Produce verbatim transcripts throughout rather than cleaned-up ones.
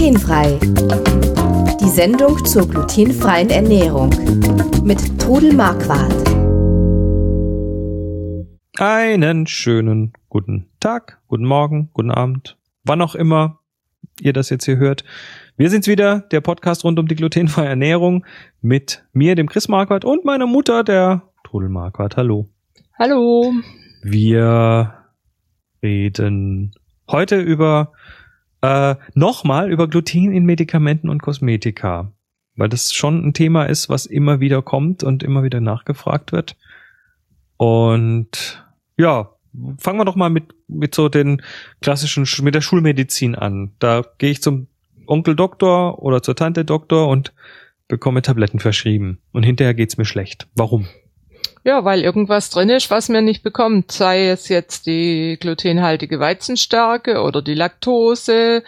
Glutenfrei. Die Sendung zur glutenfreien Ernährung mit Trudel Marquardt. Einen schönen guten Tag, guten Morgen, guten Abend, wann auch immer ihr das jetzt hier hört. Wir sind's wieder, der Podcast rund um die glutenfreie Ernährung mit mir, dem Chris Marquardt, und meiner Mutter, der Trudel Marquardt. Hallo. Hallo. Wir reden heute über äh, nochmal über Gluten in Medikamenten und Kosmetika, weil das schon ein Thema ist, was immer wieder kommt und immer wieder nachgefragt wird. Und ja, fangen wir doch mal mit mit so den klassischen, mit der Schulmedizin an. Da gehe ich zum Onkel Doktor oder zur Tante Doktor und bekomme Tabletten verschrieben. Und hinterher geht's mir schlecht. Warum? Ja, weil irgendwas drin ist, was man nicht bekommt. Sei es jetzt die glutenhaltige Weizenstärke oder die Laktose.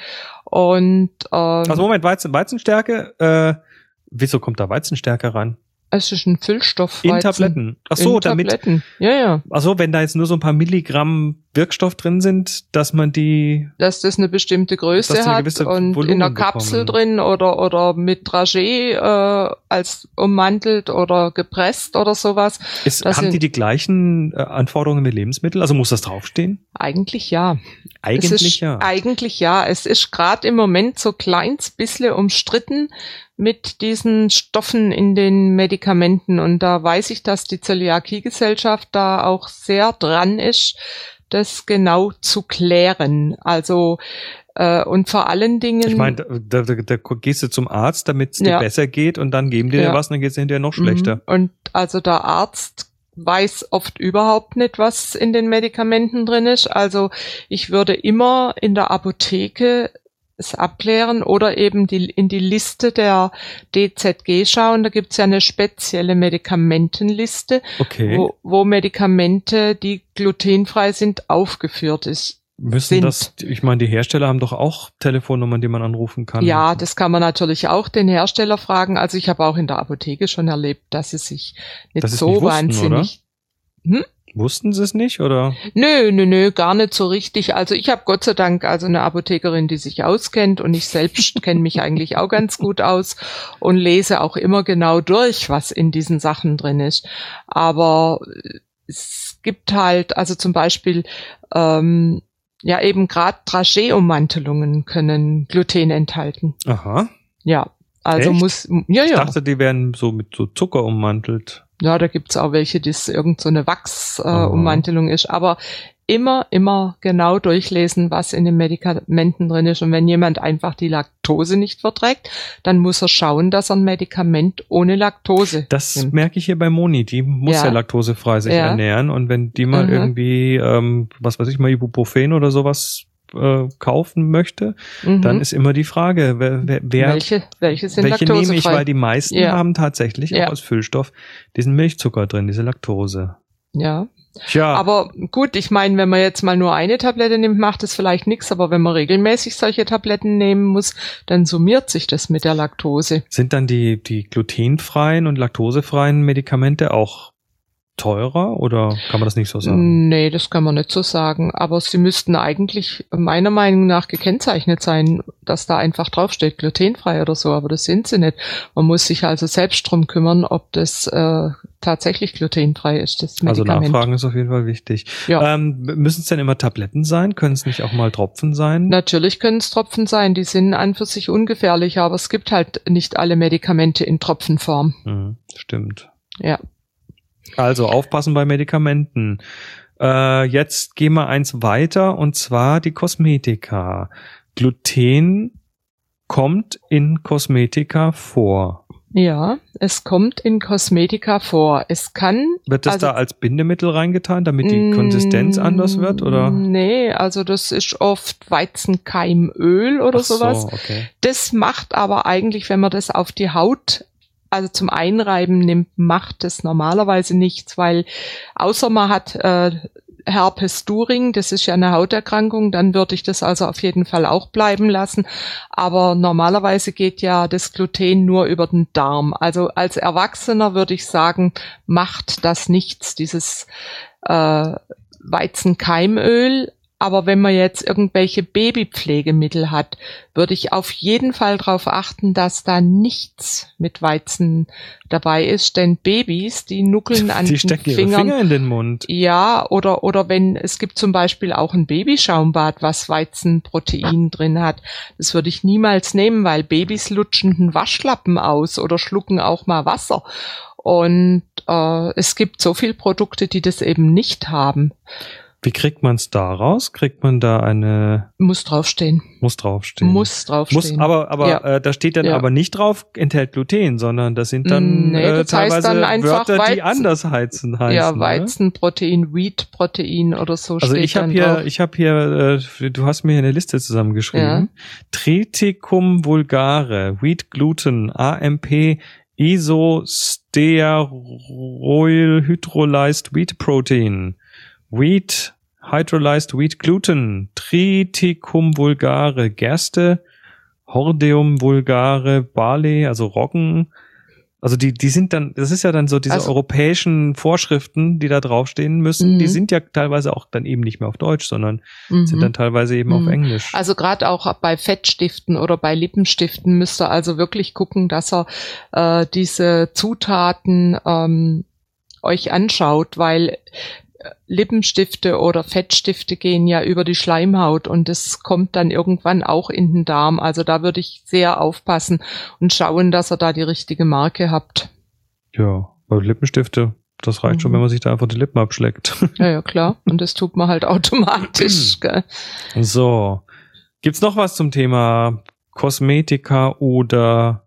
Und ähm, also Moment, Weizen, Weizenstärke, äh, wieso kommt da Weizenstärke ran? Es ist ein Füllstoff. In Tabletten. Ach so, in damit. Tabletten. Ja, ja. Ach so, wenn da jetzt nur so ein paar Milligramm Wirkstoff drin sind, dass man die, dass das eine bestimmte Größe eine hat und Volumen in einer Kapsel bekommen. drin oder oder mit Dragé äh, als ummantelt oder gepresst oder sowas. Ist, Das haben sind- die die gleichen äh, Anforderungen mit Lebensmitteln? Also muss das draufstehen? Eigentlich ja. Eigentlich es ist, ja. Eigentlich ja. Es ist gerade im Moment so kleins bisschen umstritten mit diesen Stoffen in den Medikamenten. Und da weiß ich, dass die Zöliakie-Gesellschaft da auch sehr dran ist, das genau zu klären. Also äh, und vor allen Dingen. Ich meine, da, da, da gehst du zum Arzt, damit es dir Ja. besser geht, und dann geben die dir Ja. was und dann geht es hinterher noch schlechter. Mhm. Und also der Arzt weiß oft überhaupt nicht, was in den Medikamenten drin ist. Also ich würde immer in der Apotheke es abklären oder eben die, in die Liste der D Z G schauen. Da gibt's ja eine spezielle Medikamentenliste, Okay. wo, wo Medikamente, die glutenfrei sind, aufgeführt ist. Müssen sind. das, ich meine, die Hersteller haben doch auch Telefonnummern, die man anrufen kann. Ja, das kann man natürlich auch den Hersteller fragen. Also ich habe auch in der Apotheke schon erlebt, dass sie sich nicht Dass sie es so nicht wussten, wahnsinnig. Hm? Wussten sie es nicht, oder? Nö, nö, nö, gar nicht so richtig. Also ich habe Gott sei Dank also eine Apothekerin, die sich auskennt, und ich selbst kenne mich eigentlich auch ganz gut aus und lese auch immer genau durch, was in diesen Sachen drin ist. Aber es gibt halt, also zum Beispiel, ähm, ja eben gerade Dragé-Ummantelungen können Gluten enthalten. Aha. Ja, also Echt? muss, ja, Ich ja. dachte, die werden so mit so Zucker ummantelt. Ja, da gibt's auch welche, die irgend so eine Wachsummantelung Aha. äh, Ummantelung ist. Aber immer, immer genau durchlesen, was in den Medikamenten drin ist. Und wenn jemand einfach die Laktose nicht verträgt, dann muss er schauen, dass er ein Medikament ohne Laktose Das nimmt. merke ich hier bei Moni. Die muss ja, Ja. laktosefrei sich Ja. ernähren. Und wenn die mal Mhm. irgendwie, ähm, was weiß ich mal, Ibuprofen oder sowas äh, kaufen möchte, Mhm. dann ist immer die Frage, wer, wer, wer welche, welche sind welche laktosefrei? nehme ich, weil die meisten Ja. haben tatsächlich Ja. auch als Füllstoff diesen Milchzucker drin, diese Laktose. Ja. Tja, Aber gut, ich meine, wenn man jetzt mal nur eine Tablette nimmt, macht es vielleicht nichts, aber wenn man regelmäßig solche Tabletten nehmen muss, dann summiert sich das mit der Laktose. sind dann die, die glutenfreien und laktosefreien Medikamente auch teurer, oder kann man das nicht so sagen? Nee, das kann man nicht so sagen. Aber sie müssten eigentlich meiner Meinung nach gekennzeichnet sein, dass da einfach draufsteht, glutenfrei oder so, aber das sind sie nicht. Man muss sich also selbst drum kümmern, ob das äh, tatsächlich glutenfrei ist, das Also Medikament. nachfragen ist auf jeden Fall wichtig. Ja. Ähm, müssen es denn immer Tabletten sein? Können es nicht auch mal Tropfen sein? Natürlich können es Tropfen sein, die sind an für sich ungefährlich, aber es gibt halt nicht alle Medikamente in Tropfenform. Hm, stimmt. Ja. Also aufpassen bei Medikamenten. Äh, jetzt gehen wir eins weiter, und zwar die Kosmetika. Gluten kommt in Kosmetika vor. Ja, es kommt in Kosmetika vor. Es kann... Wird das also, da als Bindemittel reingetan, damit die Konsistenz anders wird, oder? Nee, also das ist oft Weizenkeimöl oder Ach so, sowas. okay. Das macht aber eigentlich, wenn man das auf die Haut, also zum Einreiben nimmt, macht das normalerweise nichts, weil außer man hat äh, Herpes During, das ist ja eine Hauterkrankung, dann würde ich das also auf jeden Fall auch bleiben lassen. Aber normalerweise geht ja das Gluten nur über den Darm. Also als Erwachsener würde ich sagen, macht das nichts, dieses äh, Weizenkeimöl. Aber wenn man jetzt irgendwelche Babypflegemittel hat, würde ich auf jeden Fall darauf achten, dass da nichts mit Weizen dabei ist, denn Babys, die nuckeln an die den stecken ihre Fingern. Finger in den Mund. Ja, oder oder wenn es gibt zum Beispiel auch ein Babyschaumbad, was Weizenprotein drin hat. Das würde ich niemals nehmen, weil Babys lutschen einen Waschlappen aus oder schlucken auch mal Wasser. Und äh, es gibt so viele Produkte, die das eben nicht haben. Wie kriegt man es da raus? Kriegt man da eine... Muss draufstehen. Muss draufstehen. Muss draufstehen. Muss, aber aber ja. äh, da steht dann ja. aber nicht drauf, enthält Gluten, sondern das sind dann nee, äh, das heißt teilweise dann einfach Wörter, Weizen, die anders heizen. heißen. Ja, Weizenprotein, Wheatprotein oder so also steht ich habe dann hier, drauf. ich habe hier, äh, du hast mir hier eine Liste zusammengeschrieben. Ja. Triticum vulgare, Wheat Gluten, A M P, Isostearoyl Hydrolyzed Wheat Protein, Wheat Hydrolyzed Wheat Gluten, Triticum vulgare, Gerste, Hordeum vulgare, Barley, also Roggen. Also die, die sind dann, das ist ja dann so diese also, europäischen Vorschriften, die da draufstehen müssen, mhm. die sind ja teilweise auch dann eben nicht mehr auf Deutsch, sondern mhm. sind dann teilweise eben mhm. auf Englisch. Also gerade auch bei Fettstiften oder bei Lippenstiften müsst ihr also wirklich gucken, dass ihr äh, diese Zutaten ähm, euch anschaut, weil Lippenstifte oder Fettstifte gehen ja über die Schleimhaut und das kommt dann irgendwann auch in den Darm. Also da würde ich sehr aufpassen und schauen, dass ihr da die richtige Marke habt. Ja, bei Lippenstifte, das reicht mhm. schon, wenn man sich da einfach die Lippen abschleckt. Ja, ja, klar. Und das tut man halt automatisch. Gell? So. Gibt's noch was zum Thema Kosmetika oder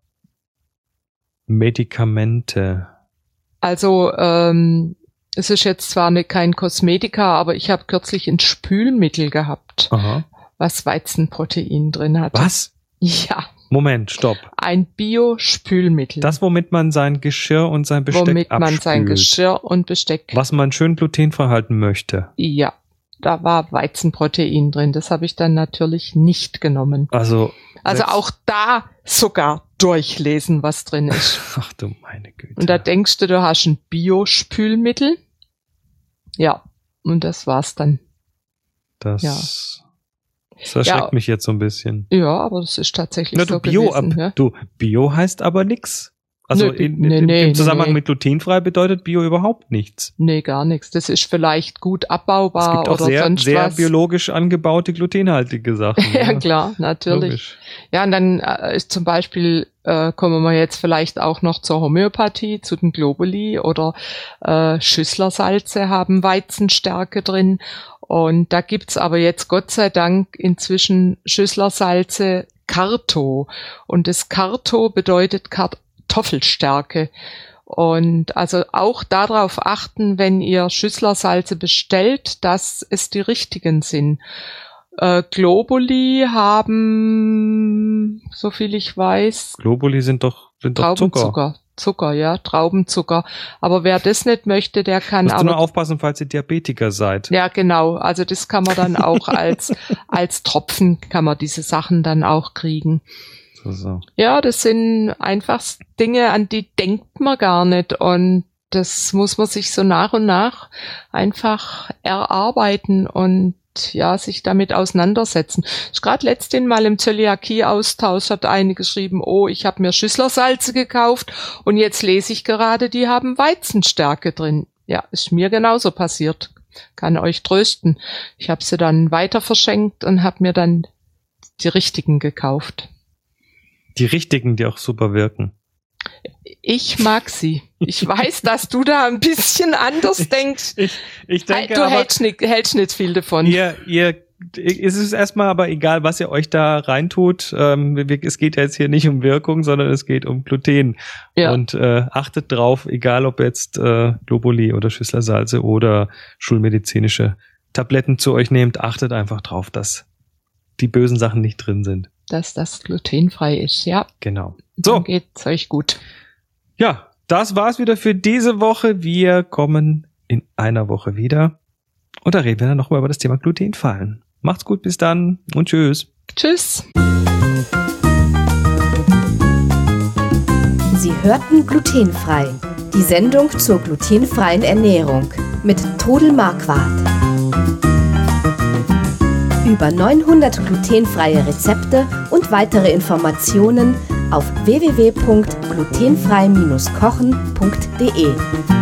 Medikamente? Also, ähm, es ist jetzt zwar nicht kein Kosmetika, aber ich habe kürzlich ein Spülmittel gehabt, Aha. was Weizenprotein drin hat. Was? Ja. Moment, stopp. Ein Bio-Spülmittel. Das, womit man sein Geschirr und sein Besteck womit abspült. man sein Geschirr und Besteck. Was man schön glutenfrei halten möchte. Ja, da war Weizenprotein drin. Das habe ich dann natürlich nicht genommen. Also, also auch da sogar durchlesen, was drin ist. Ach du meine Güte. Und da denkst du, du hast ein Bio-Spülmittel. Ja, und das war's dann. Das, ja. das erschreckt ja. mich jetzt so ein bisschen. Ja, aber das ist tatsächlich Na, so du, Bio, gewesen. ab, ja? du, Bio heißt aber nix. Also nee, in, nee, in, nee, im Zusammenhang nee. mit glutenfrei bedeutet Bio überhaupt nichts. Nee, gar nichts. Das ist vielleicht gut abbaubar es gibt auch oder sehr, sonst sehr was. biologisch angebaute glutenhaltige Sachen. Ja, ja, klar, natürlich. Logisch. Ja, und dann äh, ist zum Beispiel, äh, kommen wir jetzt vielleicht auch noch zur Homöopathie, zu den Globuli oder äh, Schüsslersalze haben Weizenstärke drin. Und da gibt's aber jetzt Gott sei Dank inzwischen Schüsslersalze Karto. Und das Karto bedeutet Kartoffelstärke. Und also auch darauf achten, wenn ihr Schüsslersalze bestellt, dass es die richtigen sind. Äh, Globuli haben, so viel ich weiß, Globuli sind doch, sind doch Zucker. Traubenzucker. Zucker, ja, Traubenzucker. Aber wer das nicht möchte, der kann Musst aber... du nur aufpassen, falls ihr Diabetiker seid. Ja, genau. Also das kann man dann auch als, als Tropfen kann man diese Sachen dann auch kriegen. So, so. Ja, das sind einfach Dinge, an die denkt man gar nicht und das muss man sich so nach und nach einfach erarbeiten und ja, sich damit auseinandersetzen. Ich gerade letztens mal im Zöliakie-Austausch hat eine geschrieben, oh, ich habe mir Schüsslersalze gekauft und jetzt lese ich gerade, die haben Weizenstärke drin. Ja, ist mir genauso passiert. Kann euch trösten. Ich habe sie dann weiter verschenkt und habe mir dann die richtigen gekauft. Die richtigen, die auch super wirken. Ich mag sie. Ich weiß, dass du da ein bisschen anders denkst. Ich, ich denke du aber, hältst nicht, hältst nicht viel davon. Ihr, ihr, es ist erstmal aber egal, was ihr euch da reintut. Ähm, es geht ja jetzt hier nicht um Wirkung, sondern es geht um Gluten. Ja. Und äh, achtet drauf, egal ob jetzt äh, Globuli oder Schüsslersalze oder schulmedizinische Tabletten zu euch nehmt, achtet einfach drauf, dass die bösen Sachen nicht drin sind. Dass das glutenfrei ist, ja. Genau. So. Dann geht's euch gut. Ja, das war's wieder für diese Woche. Wir kommen in einer Woche wieder. Und da reden wir dann nochmal über das Thema Glutenfallen. Macht's gut, bis dann und tschüss. Tschüss. Sie hörten Glutenfrei. Die Sendung zur glutenfreien Ernährung mit Todel Marquardt. über neunhundert glutenfreie Rezepte und weitere Informationen auf w w w punkt glutenfrei Bindestrich kochen punkt de.